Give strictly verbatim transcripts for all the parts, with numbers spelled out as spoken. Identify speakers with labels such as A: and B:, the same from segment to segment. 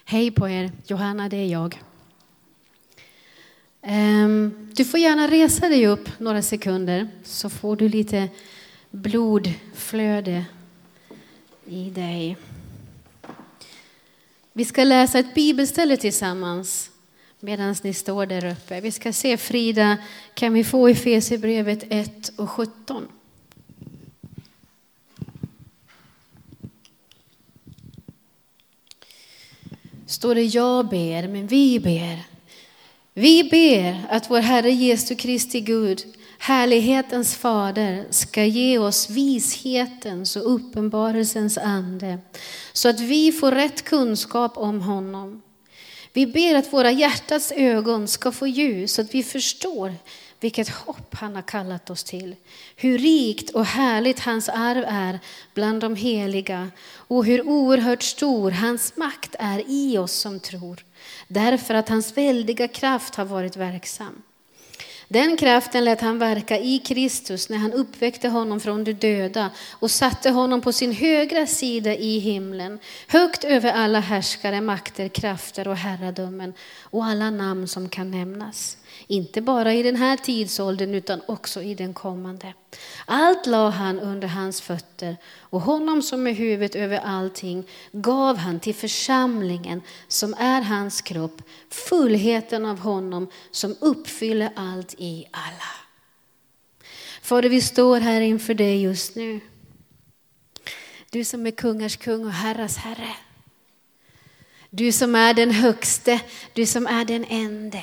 A: Hej på er, Johanna, det är jag. Um, du får gärna resa dig upp några sekunder så får du lite blodflöde i dig. Vi ska läsa ett bibelställe tillsammans medan ni står där uppe. Vi ska se, Frida, kan vi få Efesierbrevet ett och sjutton? Står det jag ber, men vi ber. Vi ber att vår Herre Jesu Kristi Gud, härlighetens fader, ska ge oss vishetens och uppenbarelsens ande, så att vi får rätt kunskap om honom. Vi ber att våra hjärtats ögon ska få ljus, så att vi förstår vilket hopp han har kallat oss till. Hur rikt och härligt hans arv är bland de heliga och hur oerhört stor hans makt är i oss som tror. Därför att hans väldiga kraft har varit verksam. Den kraften lät han verka i Kristus när han uppväckte honom från de döda och satte honom på sin högra sida i himlen, högt över alla härskare, makter, krafter och herradömen och alla namn som kan nämnas. Inte bara i den här tidsåldern utan också i den kommande. Allt la han under hans fötter och honom som är huvudet över allting gav han till församlingen som är hans kropp, fullheten av honom som uppfyller allt i alla. Fader, vi står här inför dig just nu. Du som är kungars kung och herras herre. Du som är den högste, du som är den ende.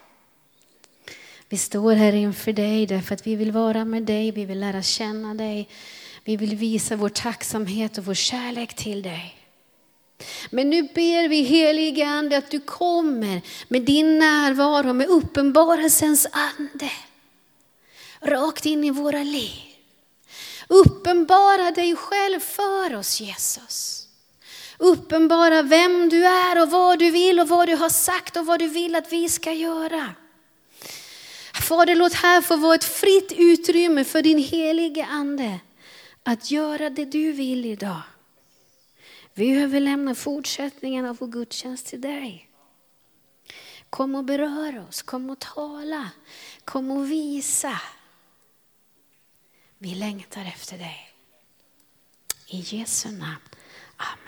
A: Vi står här inför dig därför att vi vill vara med dig, vi vill lära känna dig. Vi vill visa vår tacksamhet och vår kärlek till dig. Men nu ber vi, helige ande, att du kommer med din närvaro, med uppenbarelsens ande. Rakt in i våra liv. Uppenbara dig själv för oss, Jesus. Uppenbara vem du är och vad du vill och vad du har sagt och vad du vill att vi ska göra. Fader, låt här få vara ett fritt utrymme för din helige ande att göra det du vill idag. Vi överlämnar fortsättningen av vår gudstjänst till dig. Kom och berör oss, kom och tala, kom och visa. Vi längtar efter dig. I Jesu namn. Amen.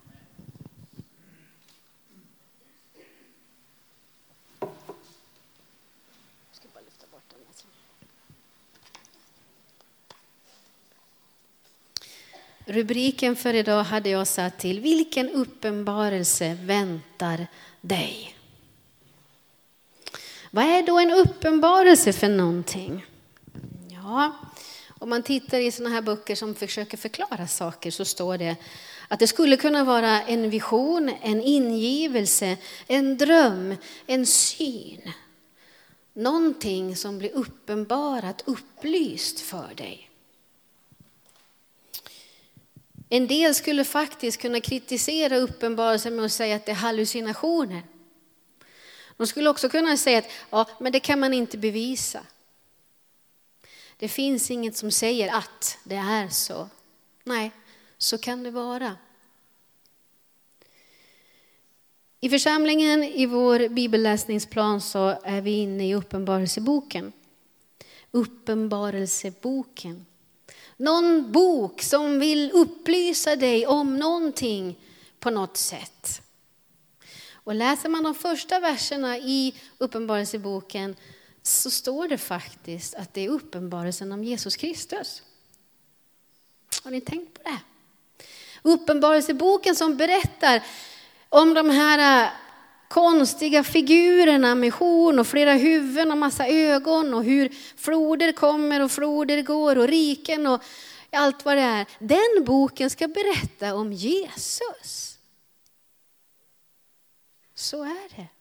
A: Rubriken för idag hade jag satt till: vilken uppenbarelse väntar dig? Vad är då en uppenbarelse för någonting? Ja, om man tittar i såna här böcker som försöker förklara saker så står det att det skulle kunna vara en vision, en ingivelse, en dröm, en syn. Någonting som blir uppenbarat, upplyst för dig. En del skulle faktiskt kunna kritisera uppenbarelsen med att säga att det är hallucinationer. De skulle också kunna säga att ja, men det kan man inte bevisa. Det finns inget som säger att det är så. Nej, så kan det vara. I församlingen i vår bibelläsningsplan så är vi inne i uppenbarelseboken. Uppenbarelseboken. Någon bok som vill upplysa dig om någonting på något sätt. Och läser man de första verserna i uppenbarelseboken så står det faktiskt att det är uppenbarelsen om Jesus Kristus. Har ni tänkt på det? Uppenbarelseboken som berättar om de här konstiga figurerna med horn och flera huvuden och massa ögon och hur floder kommer och floder går och riken och allt vad det är. Den boken ska berätta om Jesus. Så är det.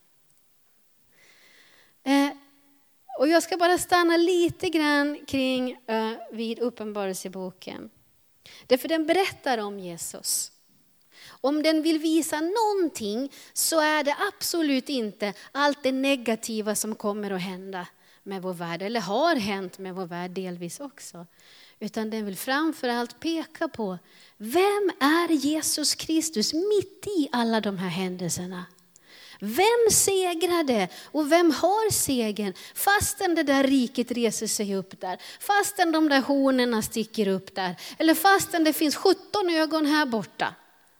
A: Eh, och jag ska bara stanna lite grann kring eh, vid uppenbarelseboken. Därför den berättar om Jesus. Om den vill visa någonting så är det absolut inte allt det negativa som kommer att hända med vår värld. Eller har hänt med vår värld delvis också. Utan den vill framförallt peka på, vem är Jesus Kristus mitt i alla de här händelserna? Vem segrade och vem har segern fastän det där riket reser sig upp där? Fastän de där hornerna sticker upp där? Eller fastän det finns sjutton ögon här borta?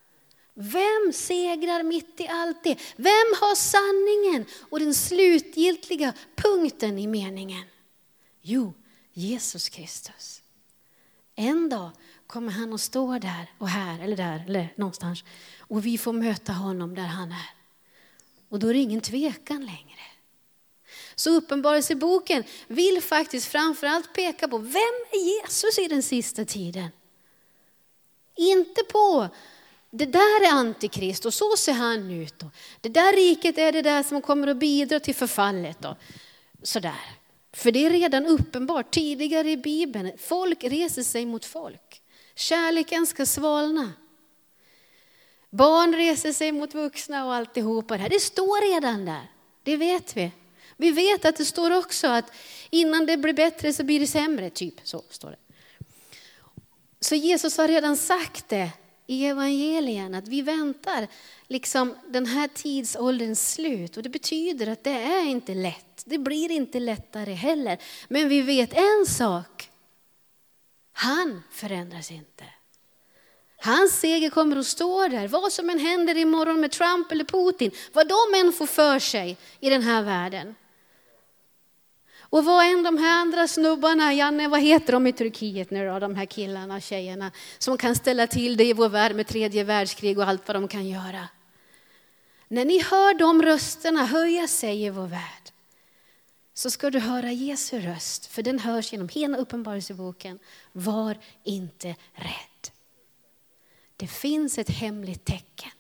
A: Vem segrar mitt i allt det? Vem har sanningen och den slutgiltiga punkten i meningen? Jo, Jesus Kristus. En dag kommer han att stå där och här eller där eller någonstans. Och vi får möta honom där han är. Och då är det ingen tvekan längre. Så Uppenbarelseboken vill faktiskt framförallt peka på, vem är Jesus i den sista tiden? Inte på, det där är antikrist och så ser han ut. Och det där riket är det där som kommer att bidra till förfallet. Och sådär. För det är redan uppenbart tidigare i Bibeln. Folk reser sig mot folk. Kärleken ska svalna. Barn reser sig mot vuxna och alltihopa det här. Det står redan där. Det vet vi. Vi vet att det står också att innan det blir bättre så blir det sämre. Typ så står det. Så Jesus har redan sagt det i evangelien. Att vi väntar liksom den här tidsålderns slut. Och det betyder att det är inte lätt. Det blir inte lättare heller. Men vi vet en sak. Han förändras inte. Hans seger kommer att stå där. Vad som än händer imorgon med Trump eller Putin. Vad de än får för sig i den här världen. Och vad än de här andra snubbarna, Janne, vad heter de i Turkiet nu då? De här killarna, tjejerna som kan ställa till det i vår värld med tredje världskrig och allt vad de kan göra. När ni hör de rösterna höja sig i vår värld, så ska du höra Jesu röst. För den hörs genom hela Uppenbarelseboken. Var inte rädd. Det finns ett hemligt tecken.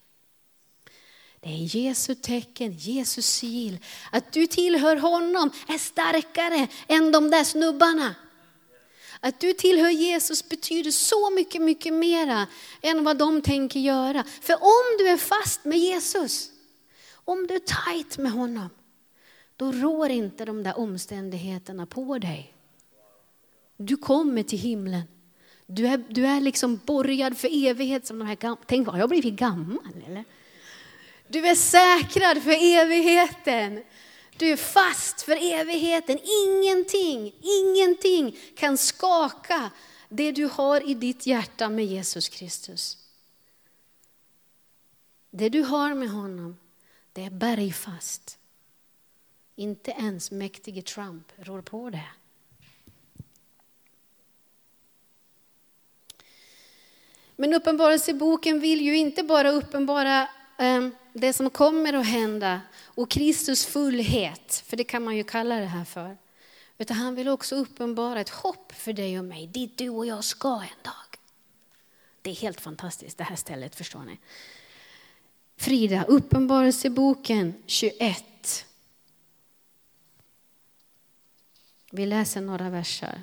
A: Det är Jesu tecken, Jesus sigill. Att du tillhör honom är starkare än de där snubbarna. Att du tillhör Jesus betyder så mycket, mycket mera än vad de tänker göra. För om du är fast med Jesus, om du är tajt med honom, då rår inte de där omständigheterna på dig. Du kommer till himlen. Du är, du är liksom borgad för evighet som de här gamla. Tänk, har jag blivit gammal eller? Du är säkrad för evigheten. Du är fast för evigheten. Ingenting, ingenting kan skaka det du har i ditt hjärta med Jesus Kristus. Det du har med honom, det är bergfast. Inte ens mäktige Trump rår på det. Men Uppenbarelseboken vill ju inte bara uppenbara eh, det som kommer att hända och Kristus fullhet, för det kan man ju kalla det här för. Utan han vill också uppenbara ett hopp för dig och mig, dit du och jag ska en dag. Det är helt fantastiskt det här stället, förstår ni. Frida, Uppenbarelseboken tjugoett. Vi läser några verser.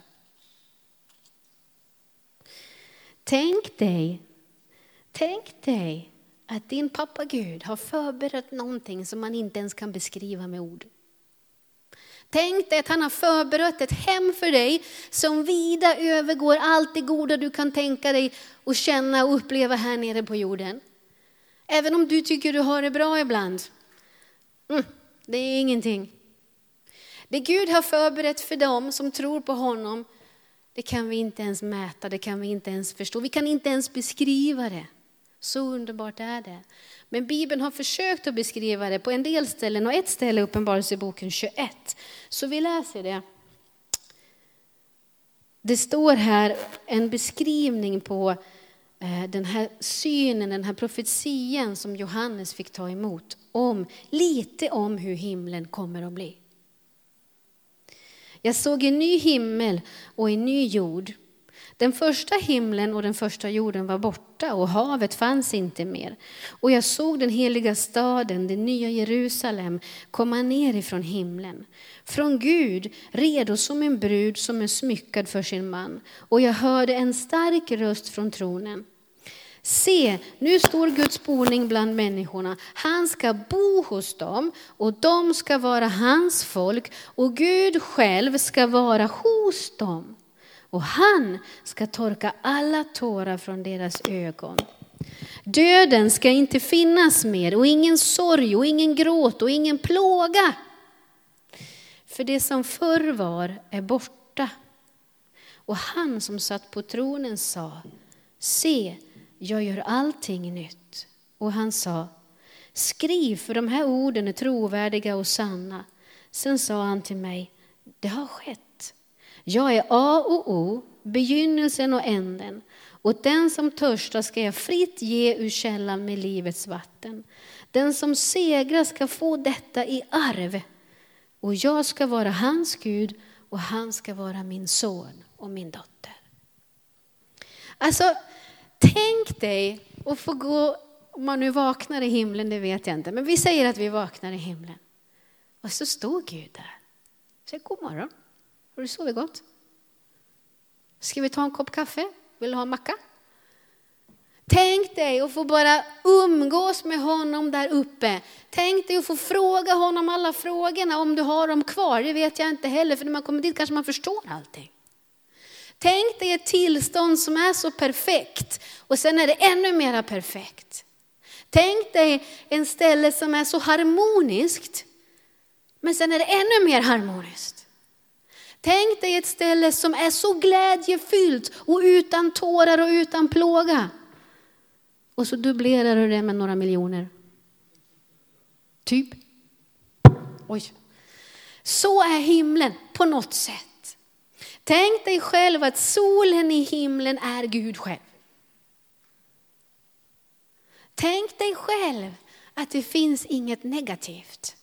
A: Tänk dig, tänk dig att din pappa Gud har förberett någonting som man inte ens kan beskriva med ord. Tänk dig att han har förberett ett hem för dig som vida övergår allt det goda du kan tänka dig och känna och uppleva här nere på jorden. Även om du tycker du har det bra ibland. Mm, det är ingenting. Det Gud har förberett för dem som tror på honom, det kan vi inte ens mäta, det kan vi inte ens förstå. Vi kan inte ens beskriva det. Så underbart är det. Men Bibeln har försökt att beskriva det på en del ställen och ett ställe i Uppenbarelseboken tjugoett. Så vi läser det. Det står här en beskrivning på den här synen, den här profetian som Johannes fick ta emot. Om, lite om hur himlen kommer att bli. Jag såg en ny himmel och en ny jord. Den första himlen och den första jorden var borta och havet fanns inte mer. Och jag såg den heliga staden, det nya Jerusalem, komma ner ifrån himlen. Från Gud, redo som en brud som är smyckad för sin man. Och jag hörde en stark röst från tronen. Se, nu står Guds boning bland människorna. Han ska bo hos dem och de ska vara hans folk och Gud själv ska vara hos dem. och han ska torka alla tårar från deras ögon. Döden ska inte finnas mer och ingen sorg och ingen gråt och ingen plåga. För det som förr var är borta. Och han som satt på tronen sa: se, jag gör allting nytt. Och han sa: skriv, för de här orden är trovärdiga och sanna. Sen sa han till mig: det har skett. Jag är A och O, begynnelsen och änden. Och den som törstar ska jag fritt ge ur källan med livets vatten. Den som segrar ska få detta i arv. Och jag ska vara hans Gud och han ska vara min son och min dotter. Alltså, tänk dig att få gå, om man nu vaknar i himlen, det vet jag inte. Men vi säger att vi vaknar i himlen. Och så står Gud där. Säg god morgon. Har du sovit gott? Ska vi ta en kopp kaffe? Vill du ha en macka? Tänk dig att få bara umgås med honom där uppe. Tänk dig att få fråga honom alla frågorna, om du har dem kvar. Det vet jag inte heller, för när man kommer dit kanske man förstår allting. Tänk dig ett tillstånd som är så perfekt och sen är det ännu mer perfekt. Tänk dig en ställe som är så harmoniskt, men sen är det ännu mer harmoniskt. Tänk dig ett ställe som är så glädjefyllt och utan tårar och utan plåga. Och så dubblerar du det med några miljoner. Typ. Oj. Så är himlen på något sätt. Tänk dig själv att solen i himlen är Gud själv. Tänk dig själv att det finns inget negativt.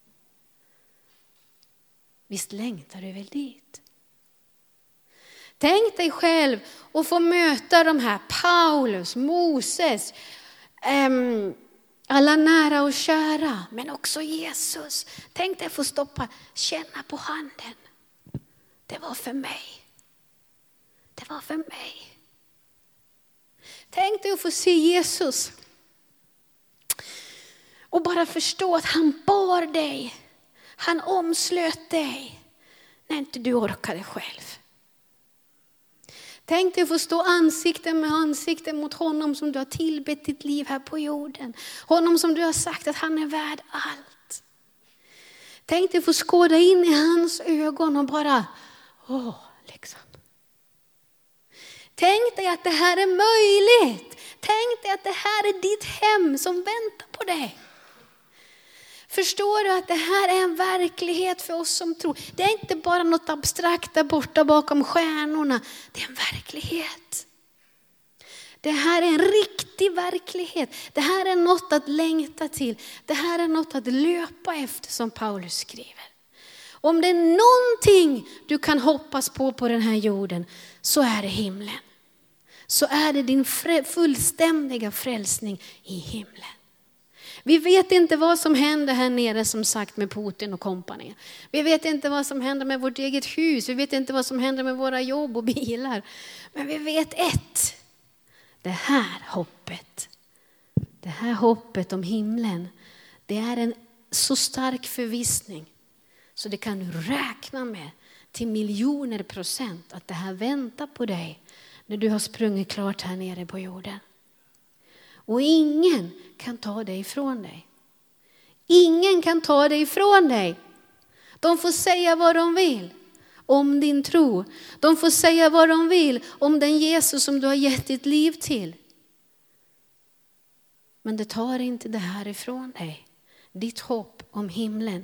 A: Visst längtar du väl dit? Tänk dig själv att få möta de här Paulus, Moses, um, alla nära och kära, men också Jesus. Tänk dig att få stoppa, känna på handen. Det var för mig. Det var för mig. Tänk dig att få se Jesus och bara förstå att han bar dig. Han omslöt dig när inte du orkade själv. Tänk dig att få stå ansikten med ansikten mot honom som du har tillbett ditt liv här på jorden. Honom som du har sagt att han är värd allt. Tänk dig att få skåda in i hans ögon och bara, åh, liksom. Tänk dig att det här är möjligt. Tänk dig att det här är ditt hem som väntar på dig. Förstår du att det här är en verklighet för oss som tror? Det är inte bara något abstrakt där borta bakom stjärnorna. Det är en verklighet. Det här är en riktig verklighet. Det här är något att längta till. Det här är något att löpa efter, som Paulus skriver. Om det är någonting du kan hoppas på på den här jorden, så är det himlen. Så är det din fullständiga frälsning i himlen. Vi vet inte vad som händer här nere, som sagt, med Putin och kompani. Vi vet inte vad som händer med vårt eget hus. Vi vet inte vad som händer med våra jobb och bilar. Men vi vet ett. Det här hoppet. Det här hoppet om himlen. Det är en så stark förvissning. Så det kan du räkna med till miljoner procent. Att det här väntar på dig när du har sprungit klart här nere på jorden. Och ingen kan ta dig ifrån dig. Ingen kan ta dig ifrån dig. De får säga vad de vill om din tro. De får säga vad de vill om den Jesus som du har gett ditt liv till. Men det tar inte det här ifrån dig. Ditt hopp om himlen.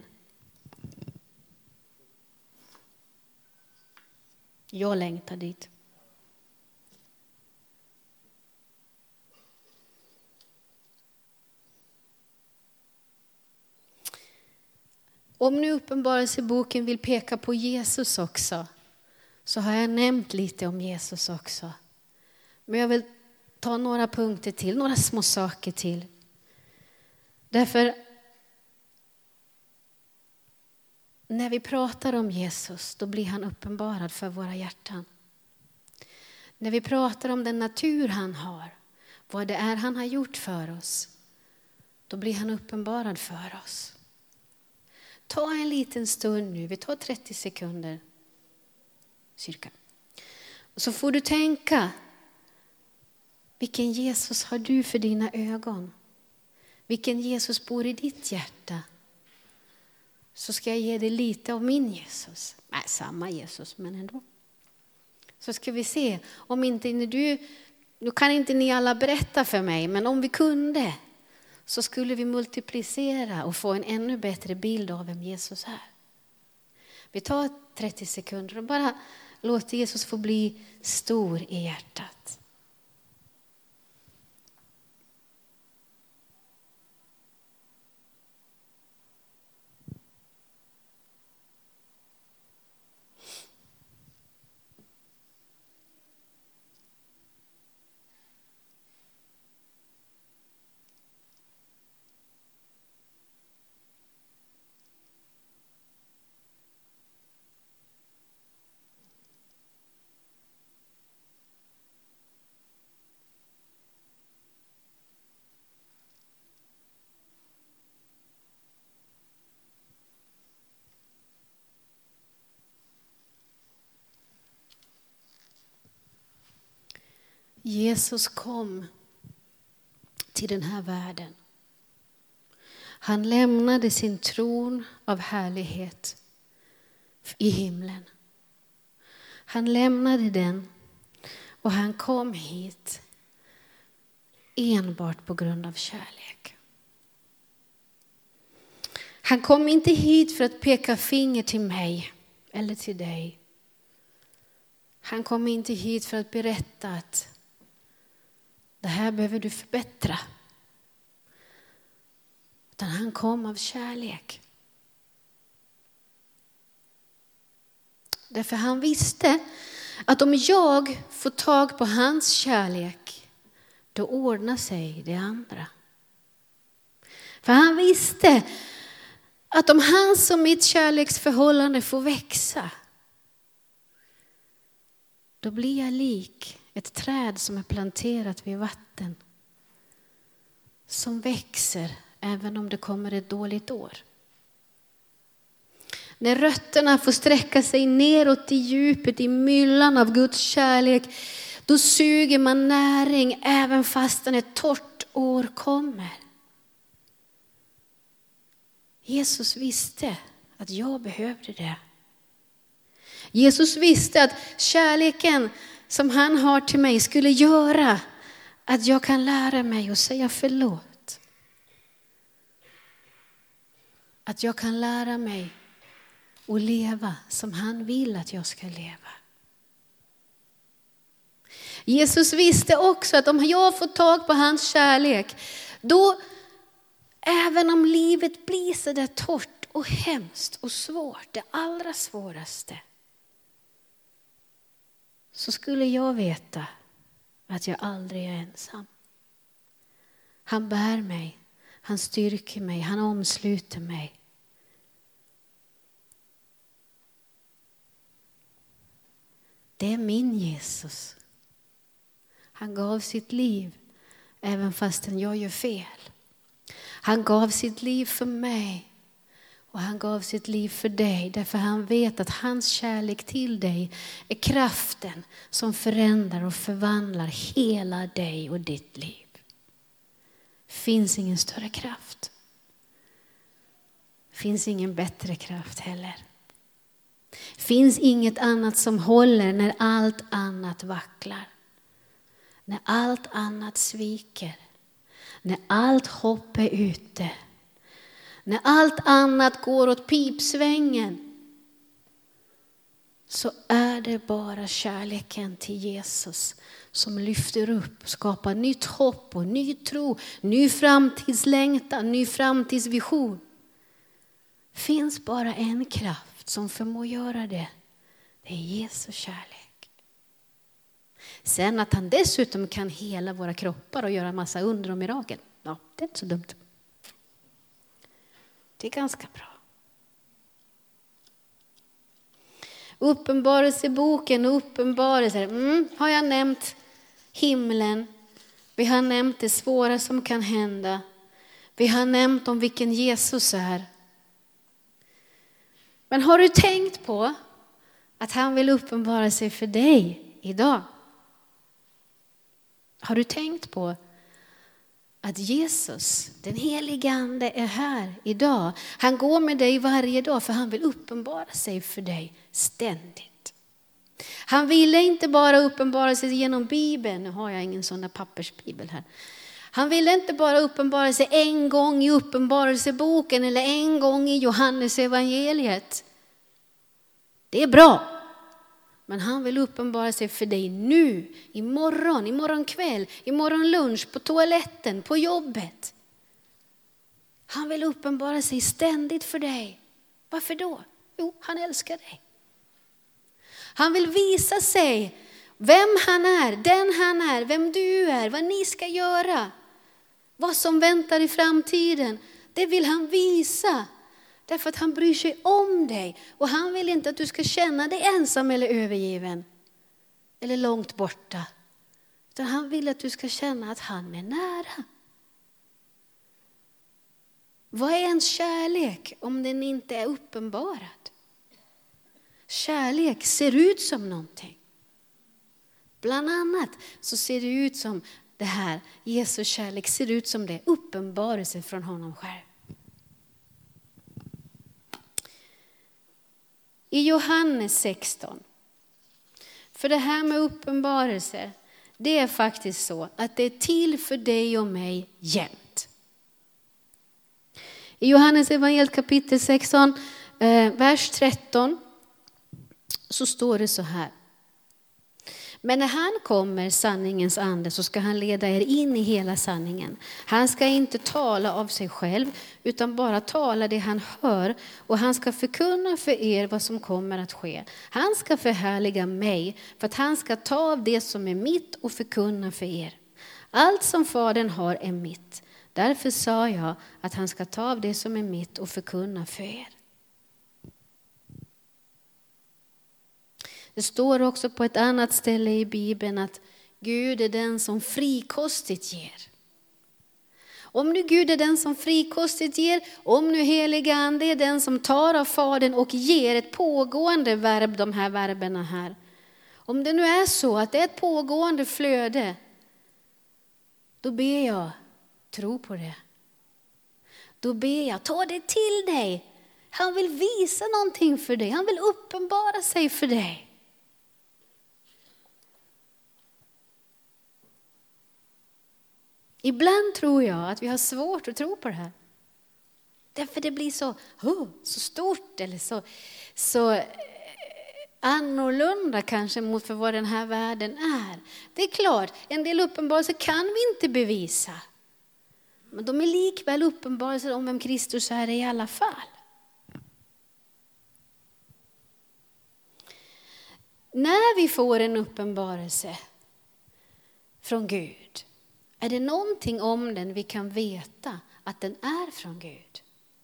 A: Jag längtar dit. Om nu Uppenbarelseboken vill peka på Jesus också, så har jag nämnt lite om Jesus också. Men jag vill ta några punkter till, några små saker till. Därför när vi pratar om Jesus, då blir han uppenbarad för våra hjärtan. När vi pratar om den natur han har, vad det är han har gjort för oss, då blir han uppenbarad för oss. Ta en liten stund nu, vi tar trettio sekunder cirka. Så får du tänka, vilken Jesus har du för dina ögon? Vilken Jesus bor i ditt hjärta? Så ska jag ge dig lite av min Jesus. Nej, samma Jesus, men ändå. Så ska vi se, om inte du, nu kan inte ni alla berätta för mig, men om vi kunde så skulle vi multiplicera och få en ännu bättre bild av vem Jesus är. Vi tar trettio sekunder och bara låter Jesus få bli stor i hjärtat. Jesus kom till den här världen. Han lämnade sin tron av härlighet i himlen. Han lämnade den och han kom hit enbart på grund av kärlek. Han kom inte hit för att peka finger till mig eller till dig. Han kom inte hit för att berätta att det här behöver du förbättra. Utan han kom av kärlek. Därför han visste att om jag får tag på hans kärlek, då ordnar sig det andra. För han visste att om hans och mitt kärleksförhållande får växa, då blir jag lik ett träd som är planterat vid vatten. Som växer även om det kommer ett dåligt år. När rötterna får sträcka sig neråt i djupet, i myllan av Guds kärlek, då suger man näring även fastän ett torrt år kommer. Jesus visste att jag behövde det. Jesus visste att kärleken som han har till mig skulle göra att jag kan lära mig att säga förlåt. Att jag kan lära mig att leva som han vill att jag ska leva. Jesus visste också att om jag får tag på hans kärlek, då även om livet blir så där torrt och hemskt och svårt, det allra svåraste, så skulle jag veta att jag aldrig är ensam. Han bär mig, han styrker mig, han omsluter mig. Det är min Jesus. Han gav sitt liv även fastän jag gör fel. Han gav sitt liv för mig. Och han gav sitt liv för dig. Därför han vet att hans kärlek till dig är kraften som förändrar och förvandlar hela dig och ditt liv. Finns ingen större kraft. Finns ingen bättre kraft heller. Finns inget annat som håller när allt annat vacklar. När allt annat sviker. När allt hopp är ute. När allt annat går åt pipsvängen, så är det bara kärleken till Jesus som lyfter upp, skapar nytt hopp och ny tro, ny framtidslängtan, ny framtidsvision. Finns bara en kraft som förmår göra det. Det är Jesu kärlek. Sen att han dessutom kan hela våra kroppar och göra en massa under och mirakel. Ja, det är inte så dumt. Det är ganska bra. Uppenbarelseboken och uppenbarelser. Mm, har jag nämnt himlen. Vi har nämnt det svåra som kan hända. Vi har nämnt om vilken Jesus är. Men har du tänkt på att han vill uppenbara sig för dig idag. Har du tänkt på att Jesus, den helige ande, är här idag? Han går med dig varje dag för han vill uppenbara sig för dig ständigt. Han ville inte bara uppenbara sig genom Bibeln. Nu har jag ingen sån där pappersbibel här. Han ville inte bara uppenbara sig en gång i uppenbarelseboken eller en gång i Johannes evangeliet. Det är bra. Men han vill uppenbara sig för dig nu, imorgon, imorgon kväll, imorgon lunch, på toaletten, på jobbet. Han vill uppenbara sig ständigt för dig. Varför då? Jo, han älskar dig. Han vill visa sig vem han är, den han är, vem du är, vad ni ska göra. Vad som väntar i framtiden, det vill han visa. Därför att han bryr sig om dig. Och han vill inte att du ska känna dig ensam eller övergiven. Eller långt borta. Utan han vill att du ska känna att han är nära. Vad är ens kärlek om den inte är uppenbarad? Kärlek ser ut som någonting. Bland annat så ser det ut som det här. Jesu kärlek ser ut som det. Uppenbarelse från honom själv. I Johannes sexton. För det här med uppenbarelse. Det är faktiskt så att det är till för dig och mig jämt. I Johannes evangeliet kapitel sexton. Eh, vers tretton. Så står det så här. Men när han kommer, sanningens ande, så ska han leda er in i hela sanningen. Han ska inte tala av sig själv, utan bara tala det han hör. Och han ska förkunna för er vad som kommer att ske. Han ska förhärliga mig, för att han ska ta av det som är mitt och förkunna för er. Allt som Fadern har är mitt. Därför sa jag att han ska ta av det som är mitt och förkunna för er. Det står också på ett annat ställe i Bibeln att Gud är den som frikostigt ger. Om nu Gud är den som frikostigt ger, om nu heliga ande är den som tar av Fadern och ger ett pågående verb, de här verberna här. Om det nu är så att det är ett pågående flöde, då ber jag, tro på det. Då ber jag, ta det till dig. Han vill visa någonting för dig, han vill uppenbara sig för dig. Ibland tror jag att vi har svårt att tro på det här. Därför det blir så, oh, så stort eller så, så annorlunda kanske mot för vad den här världen är. Det är klart, en del uppenbarelser kan vi inte bevisa. Men de är likväl uppenbarelser om vem Kristus är i alla fall. När vi får en uppenbarelse från Gud, är det någonting om den vi kan veta att den är från Gud?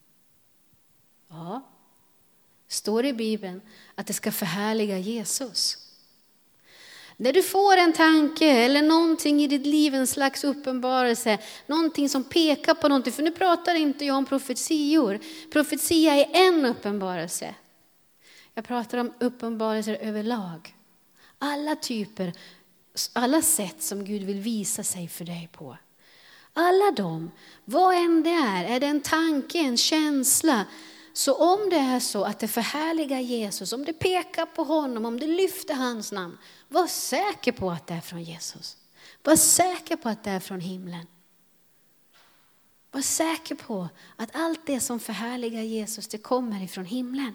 A: Ja, står i Bibeln att det ska förhärliga Jesus. När du får en tanke eller någonting i ditt liv, en slags uppenbarelse, någonting som pekar på någonting, för nu pratar inte jag om profetior. Profetia är en uppenbarelse. Jag pratar om uppenbarelser överlag. Alla typer, alla sätt som Gud vill visa sig för dig på. Alla de, vad än det är, är det en tanke, en känsla. Så om det är så att det förhärligar Jesus, om det pekar på honom, om det lyfter hans namn, var säker på att det är från Jesus. Var säker på att det är från himlen. Var säker på att allt det som förhärligar Jesus, det kommer ifrån himlen.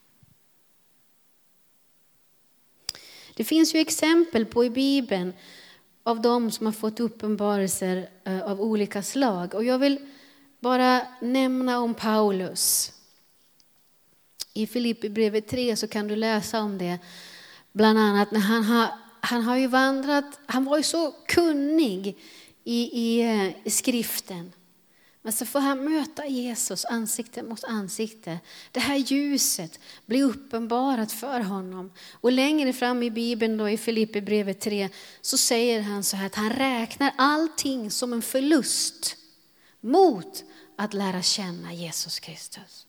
A: Det finns ju exempel på i Bibeln av de som har fått uppenbarelser av olika slag. Och jag vill bara nämna om Paulus. I Filipperbrevet tre så kan du läsa om det. Bland annat när han har, han har ju vandrat, han var ju så kunnig i, i, i skriften. Men så får han möta Jesus ansikte mot ansikte. Det här ljuset blir uppenbarat för honom. Och längre fram i Bibeln då i Filipperbrevet tre så säger han så här att han räknar allting som en förlust mot att lära känna Jesus Kristus.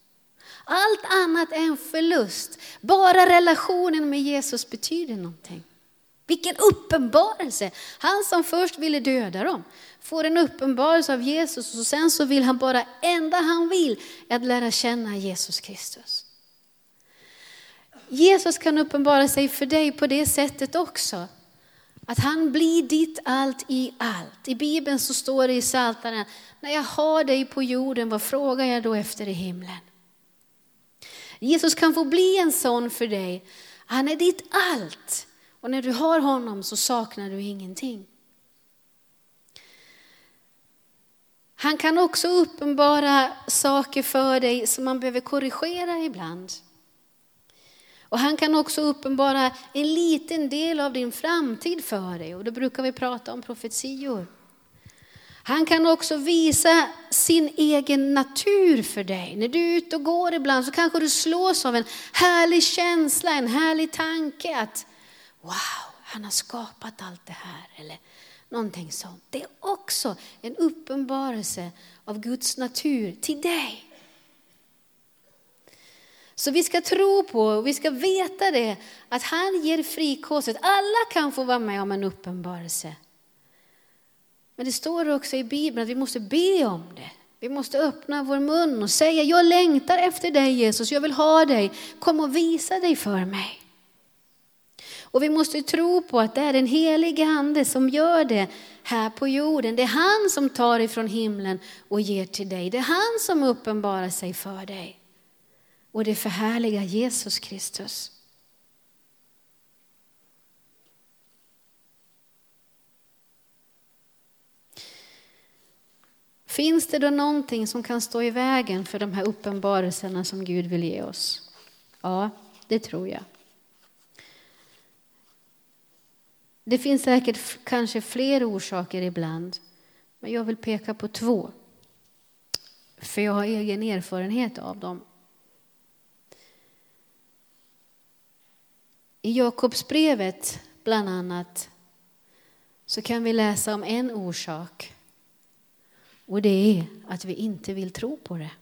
A: Allt annat är en förlust. Bara relationen med Jesus betyder någonting. Vilken uppenbarelse! Han som först ville döda dem får en uppenbarelse av Jesus och sen så vill han bara, enda han vill är att lära känna Jesus Kristus. Jesus kan uppenbara sig för dig på det sättet också. Att han blir ditt allt i allt. I Bibeln så står det i Psaltaren, när jag har dig på jorden, vad frågar jag då efter i himlen? Jesus kan få bli en sån för dig. Han är ditt allt. Och när du har honom så saknar du ingenting. Han kan också uppenbara saker för dig som man behöver korrigera ibland. Och han kan också uppenbara en liten del av din framtid för dig. Och då brukar vi prata om profetior. Han kan också visa sin egen natur för dig. När du är ute och går ibland så kanske du slås av en härlig känsla, en härlig tanke att wow, han har skapat allt det här. Eller någonting sånt. Det är också en uppenbarelse av Guds natur till dig. Så vi ska tro på och vi ska veta det, att han ger frikostet. Alla kan få vara med om en uppenbarelse. Men det står också i Bibeln att vi måste be om det. Vi måste öppna vår mun och säga, jag längtar efter dig Jesus, jag vill ha dig. Kom och visa dig för mig. Och vi måste tro på att det är den helige ande som gör det här på jorden. Det är han som tar ifrån himlen och ger till dig. Det är han som uppenbarar sig för dig. Och det förhärliga Jesus Kristus. Finns det då någonting som kan stå i vägen för de här uppenbarelserna som Gud vill ge oss? Ja, det tror jag. Det finns säkert kanske fler orsaker ibland. Men jag vill peka på två. För jag har egen erfarenhet av dem. I Jakobsbrevet bland annat så kan vi läsa om en orsak. Och det är att vi inte vill tro på det.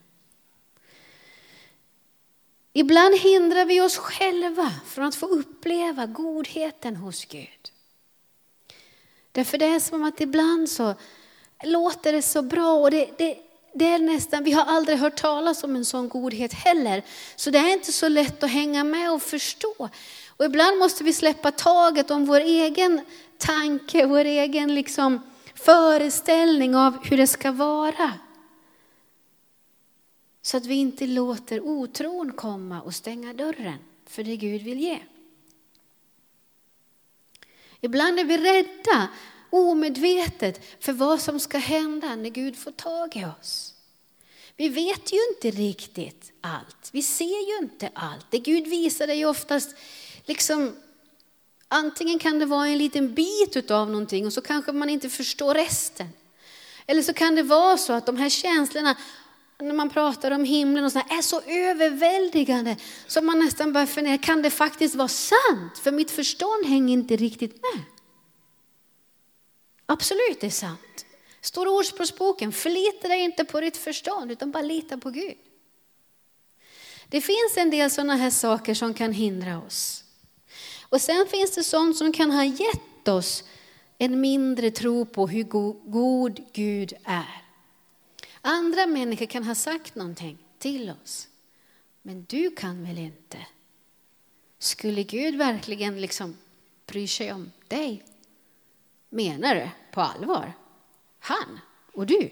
A: Ibland hindrar vi oss själva från att få uppleva godheten hos Gud. Därför det är som att ibland så låter det så bra och det, det, det är nästan, vi har aldrig hört talas om en sån godhet heller. Så det är inte så lätt att hänga med och förstå. Och ibland måste vi släppa taget om vår egen tanke, vår egen liksom föreställning av hur det ska vara. Så att vi inte låter otron komma och stänga dörren för det Gud vill ge. Ibland är vi rädda, omedvetet för vad som ska hända när Gud får tag i oss. Vi vet ju inte riktigt allt. Vi ser ju inte allt. Det Gud visar är ju oftast liksom, antingen kan det vara en liten bit av någonting och så kanske man inte förstår resten. Eller så kan det vara så att de här känslorna, när man pratar om himlen och så här, är så överväldigande så man nästan börjar fundera, kan det faktiskt vara sant? För mitt förstånd hänger inte riktigt med. Absolut, det är sant. Står i Ordspråksboken, förlita dig inte på ditt förstånd utan bara lita på Gud. Det finns en del sådana här saker som kan hindra oss. Och sen finns det sånt som kan ha gett oss en mindre tro på hur god Gud är. Andra människor kan ha sagt någonting till oss. Men du kan väl inte? Skulle Gud verkligen liksom bry sig om dig? Menar du på allvar? Han och du.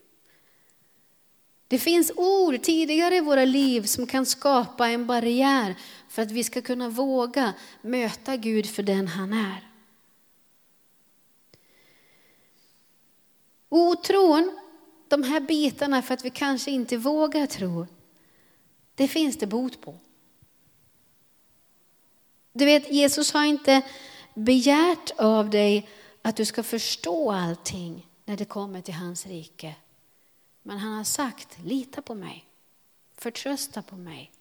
A: Det finns ord tidigare i våra liv som kan skapa en barriär för att vi ska kunna våga möta Gud för den han är. Otron, de här bitarna för att vi kanske inte vågar tro, det finns det bot på. Du vet, Jesus har inte begärt av dig att du ska förstå allting när det kommer till hans rike. Men han har sagt, lita på mig, förtrösta på mig.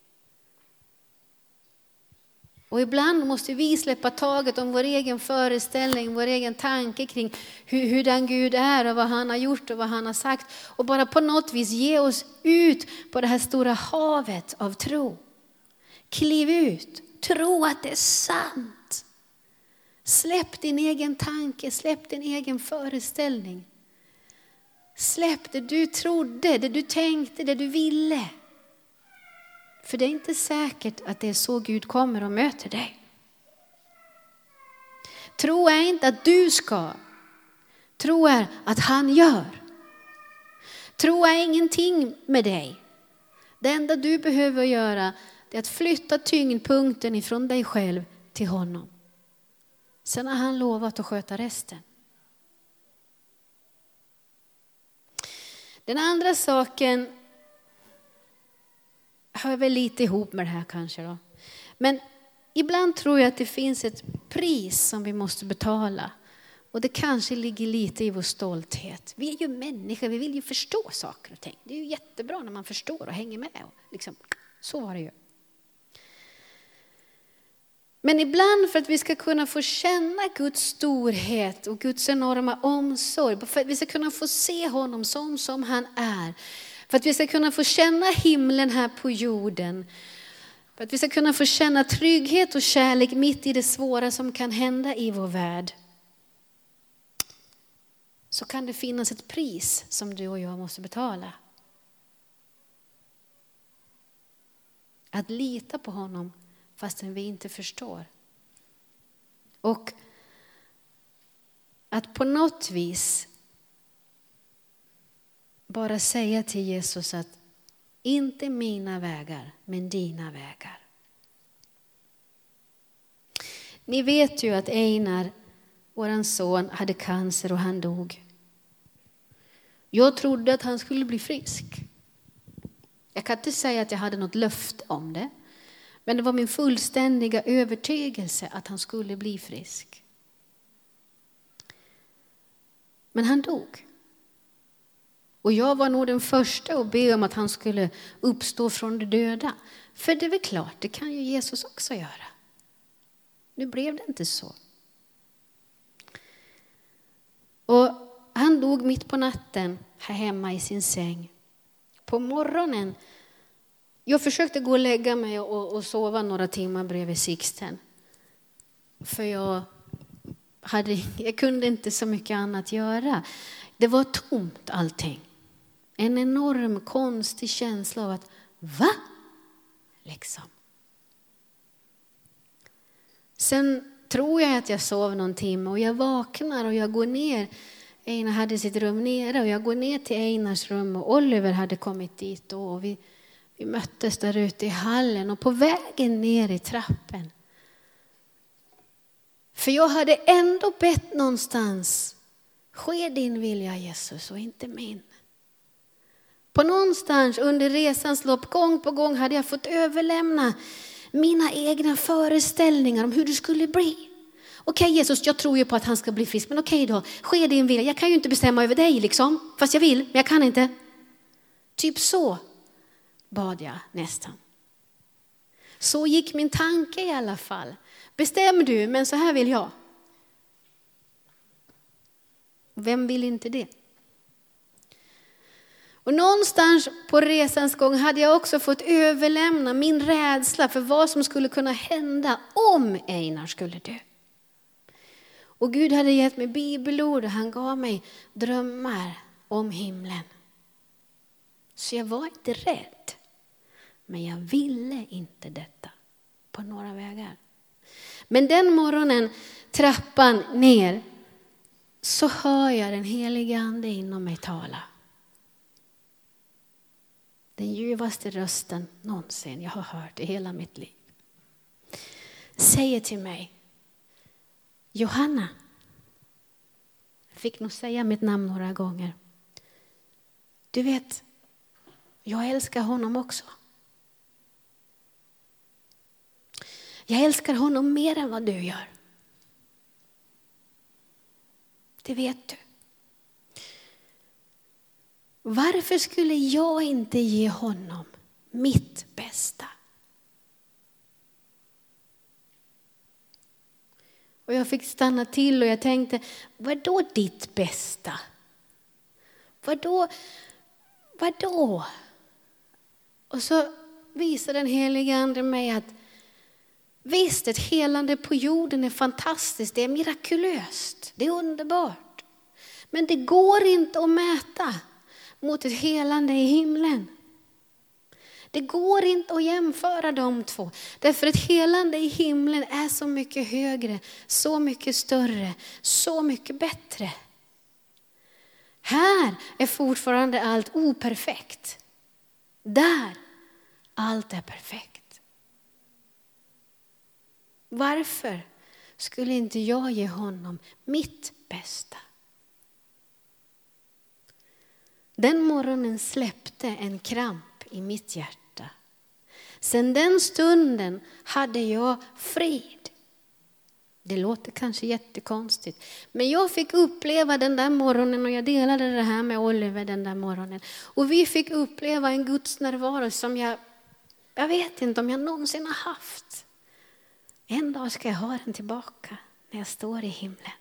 A: Och ibland måste vi släppa taget om vår egen föreställning, vår egen tanke kring hur, hur den Gud är och vad han har gjort och vad han har sagt. Och bara på något vis ge oss ut på det här stora havet av tro. Kliv ut, tro att det är sant. Släpp din egen tanke, släpp din egen föreställning. Släpp det du trodde, det du tänkte, det du ville. För det är inte säkert att det är så Gud kommer och möter dig. Tro är inte att du ska. Tro är att han gör. Tro är ingenting med dig. Det enda du behöver göra är att flytta tyngdpunkten ifrån dig själv till honom. Sen har han lovat att sköta resten. Den andra saken hör väl lite ihop med det här kanske då. Men ibland tror jag att det finns ett pris som vi måste betala. Och det kanske ligger lite i vår stolthet. Vi är ju människor, vi vill ju förstå saker och ting. Det är ju jättebra när man förstår och hänger med. Och liksom, så var det ju. Men ibland för att vi ska kunna få känna Guds storhet och Guds enorma omsorg. För att vi ska kunna få se honom som, som han är. För att vi ska kunna få känna himlen här på jorden. För att vi ska kunna få känna trygghet och kärlek mitt i det svåra som kan hända i vår värld. Så kan det finnas ett pris som du och jag måste betala. Att lita på honom fastän vi inte förstår. Och att på något vis bara säga till Jesus att inte mina vägar men dina vägar. Ni vet ju att Einar, våran son, hade cancer och han dog. Jag trodde att han skulle bli frisk. Jag kan inte säga att jag hade något löfte om det. Men det var min fullständiga övertygelse att han skulle bli frisk. Men han dog. Och jag var nog den första att be om att han skulle uppstå från de döda. För det är väl klart, det kan ju Jesus också göra. Nu blev det inte så. Och han dog mitt på natten här hemma i sin säng. På morgonen, jag försökte gå och lägga mig och, och sova några timmar bredvid Sixten. För jag, hade, jag kunde inte så mycket annat göra. Det var tomt allting. En enorm konstig känsla av att, va? Liksom. Sen tror jag att jag sov någon timme och jag vaknar och jag går ner. Einar hade sitt rum nere och jag går ner till Einars rum och Oliver hade kommit dit då. Och vi, vi möttes där ute i hallen och på vägen ner i trappen. För jag hade ändå bett någonstans, ske din vilja Jesus och inte min. På någonstans under resans lopp, gång på gång hade jag fått överlämna mina egna föreställningar om hur det skulle bli. Okej Jesus, jag tror ju på att han ska bli frisk. Men okej då, ske din vilja. Jag kan ju inte bestämma över dig liksom. Fast jag vill, men jag kan inte. Typ så bad jag nästan. Så gick min tanke i alla fall. Bestäm du, men så här vill jag. Vem vill inte det? Och någonstans på resans gång hade jag också fått överlämna min rädsla för vad som skulle kunna hända om Einar skulle dö. Och Gud hade gett mig bibelord och han gav mig drömmar om himlen. Så jag var inte rädd. Men jag ville inte detta på några vägar. Men den morgonen, trappan ner, så hör jag den heliga ande inom mig tala. Den ljuvaste rösten någonsin jag har hört i hela mitt liv. Säger till mig, Johanna. Jag fick nog säga mitt namn några gånger. Du vet, jag älskar honom också. Jag älskar honom mer än vad du gör. Det vet du. Varför skulle jag inte ge honom mitt bästa? Och jag fick stanna till och jag tänkte, vad då ditt bästa? Vad då? Vad då? Och så visade den heliga ande mig att Visst, ett helande på jorden är fantastiskt, det är mirakulöst, det är underbart. Men det går inte att mäta mot ett helande i himlen. Det går inte att jämföra de två. Därför ett helande i himlen är så mycket högre, så mycket större, så mycket bättre. Här är fortfarande allt operfekt. Där allt är perfekt. Varför skulle inte jag ge honom mitt bästa? Den morgonen släppte en kramp i mitt hjärta. Sen den stunden hade jag frid. Det låter kanske jättekonstigt. Men jag fick uppleva den där morgonen, och jag delade det här med Oliver den där morgonen. Och vi fick uppleva en Guds närvaro som jag, jag vet inte om jag någonsin har haft. En dag ska jag ha den tillbaka när jag står i himlen.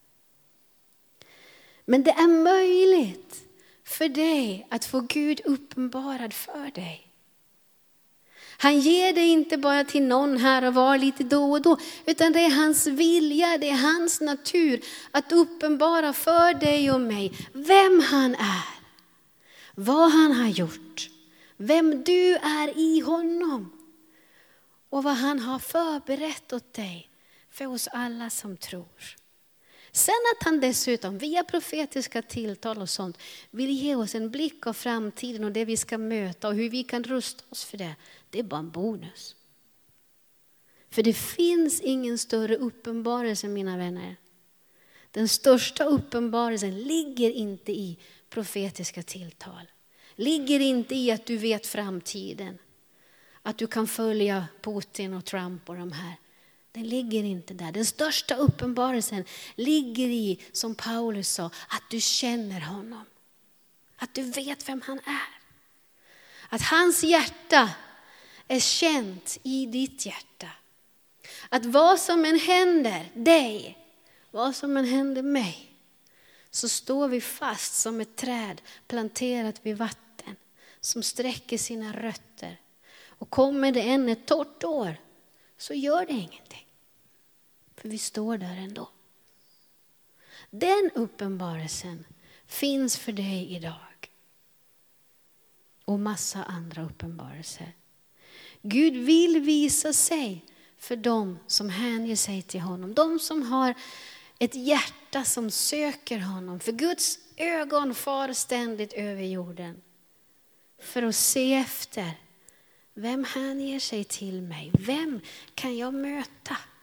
A: Men det är möjligt för dig att få Gud uppenbarad för dig. Han ger det inte bara till någon här och var lite då och då, utan det är hans vilja, det är hans natur att uppenbara för dig och mig vem han är, vad han har gjort, vem du är i honom och vad han har förberett åt dig för oss alla som tror. Sen att han dessutom via profetiska tilltal och sånt vill ge oss en blick av framtiden och det vi ska möta och hur vi kan rusta oss för det. Det är bara en bonus. För det finns ingen större uppenbarelse, mina vänner. Den största uppenbarelsen ligger inte i profetiska tilltal. Ligger inte i att du vet framtiden. Att du kan följa Putin och Trump och de här. Den ligger inte där. Den största uppenbarelsen ligger i, som Paulus sa, att du känner honom. Att du vet vem han är. Att hans hjärta är känt i ditt hjärta. Att vad som än händer dig, vad som än händer mig, så står vi fast som ett träd planterat vid vatten som sträcker sina rötter. Och kommer det än ett torrt år så gör det ingenting. För vi står där ändå. Den uppenbarelsen finns för dig idag. Och massa andra uppenbarelser. Gud vill visa sig för dem som hänger sig till honom. De som har ett hjärta som söker honom. För Guds ögon far ständigt över jorden. För att se efter. Vem hänger sig till mig? Vem kan jag möta?